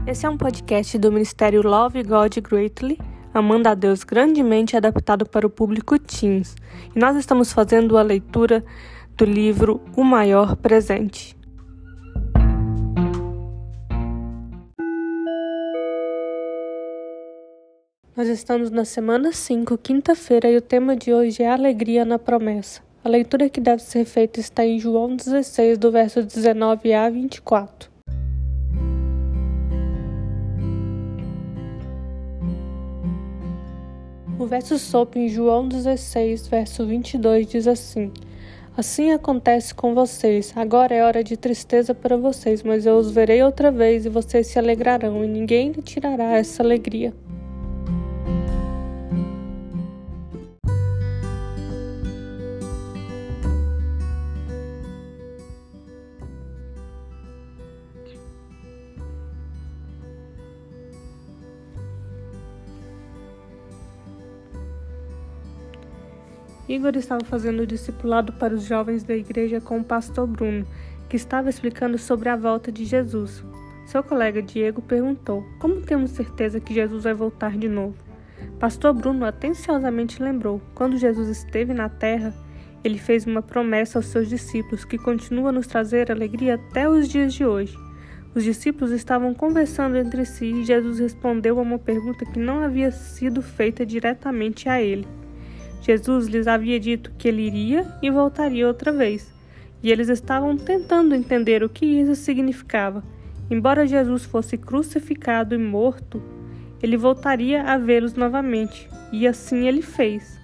Esse é um podcast do Ministério Love God Greatly, Amando a Deus Grandemente, adaptado para o público Teens. E nós estamos fazendo a leitura do livro O Maior Presente. Nós estamos na semana 5, quinta-feira, e o tema de hoje é Alegria na Promessa. A leitura que deve ser feita está em João 16, do verso 19 a 24. O verso sopa em João 16, verso 22, diz assim: Assim acontece com vocês, agora é hora de tristeza para vocês, mas eu os verei outra vez e vocês se alegrarão, e ninguém lhe tirará essa alegria. Igor estava fazendo o discipulado para os jovens da igreja com o pastor Bruno, que estava explicando sobre a volta de Jesus. Seu colega Diego perguntou: como temos certeza que Jesus vai voltar de novo? Pastor Bruno atenciosamente lembrou: quando Jesus esteve na terra, ele fez uma promessa aos seus discípulos que continua a nos trazer alegria até os dias de hoje. Os discípulos estavam conversando entre si e Jesus respondeu a uma pergunta que não havia sido feita diretamente a ele. Jesus lhes havia dito que ele iria e voltaria outra vez, e eles estavam tentando entender o que isso significava. Embora Jesus fosse crucificado e morto, ele voltaria a vê-los novamente, e assim ele fez.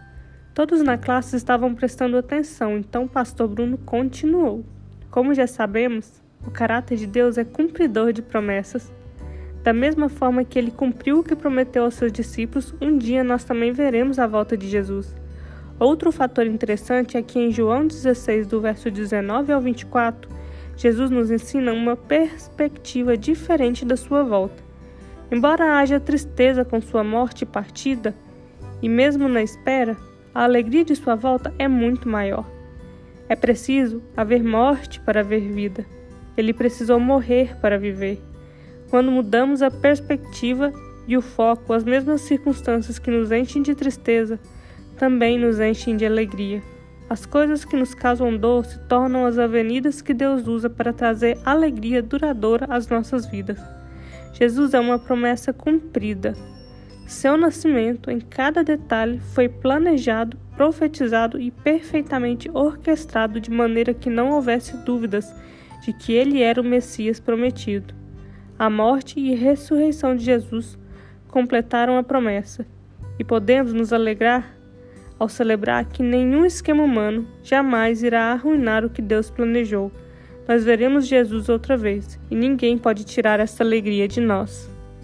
Todos na classe estavam prestando atenção, então o pastor Bruno continuou. Como já sabemos, o caráter de Deus é cumpridor de promessas. Da mesma forma que ele cumpriu o que prometeu aos seus discípulos, um dia nós também veremos a volta de Jesus. Outro fator interessante é que em João 16, do verso 19 ao 24, Jesus nos ensina uma perspectiva diferente da sua volta. Embora haja tristeza com sua morte e partida, e mesmo na espera, a alegria de sua volta é muito maior. É preciso haver morte para haver vida. Ele precisou morrer para viver. Quando mudamos a perspectiva e o foco, as mesmas circunstâncias que nos enchem de tristeza também nos enchem de alegria. As coisas que nos causam dor se tornam as avenidas que Deus usa para trazer alegria duradoura às nossas vidas. Jesus é uma promessa cumprida. Seu nascimento, em cada detalhe, foi planejado, profetizado e perfeitamente orquestrado de maneira que não houvesse dúvidas de que ele era o Messias prometido. A morte e ressurreição de Jesus completaram a promessa, e podemos nos alegrar ao celebrar que nenhum esquema humano jamais irá arruinar o que Deus planejou. Nós veremos Jesus outra vez, e ninguém pode tirar essa alegria de nós.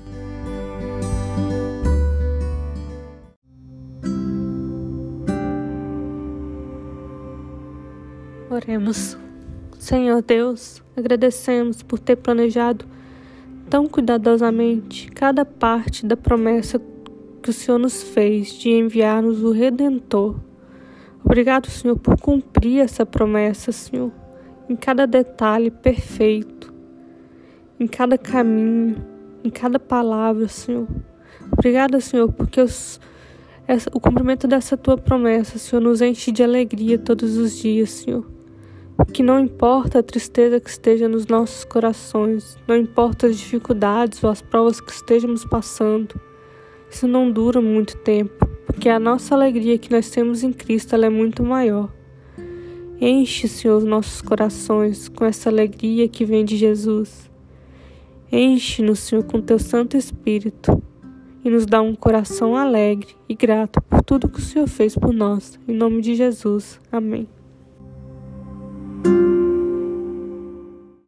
Oremos. Senhor Deus, agradecemos por ter planejado tão cuidadosamente cada parte da promessa que o Senhor nos fez de enviar-nos o Redentor. Obrigado, Senhor, por cumprir essa promessa, Senhor, em cada detalhe perfeito, em cada caminho, em cada palavra, Senhor. Obrigado, Senhor, porque o cumprimento dessa Tua promessa, Senhor, nos enche de alegria todos os dias, Senhor. Que não importa a tristeza que esteja nos nossos corações, não importa as dificuldades ou as provas que estejamos passando, isso não dura muito tempo, porque a nossa alegria que nós temos em Cristo, ela é muito maior. Enche, Senhor, os nossos corações com essa alegria que vem de Jesus. Enche-nos, Senhor, com Teu Santo Espírito e nos dá um coração alegre e grato por tudo que o Senhor fez por nós. Em nome de Jesus. Amém.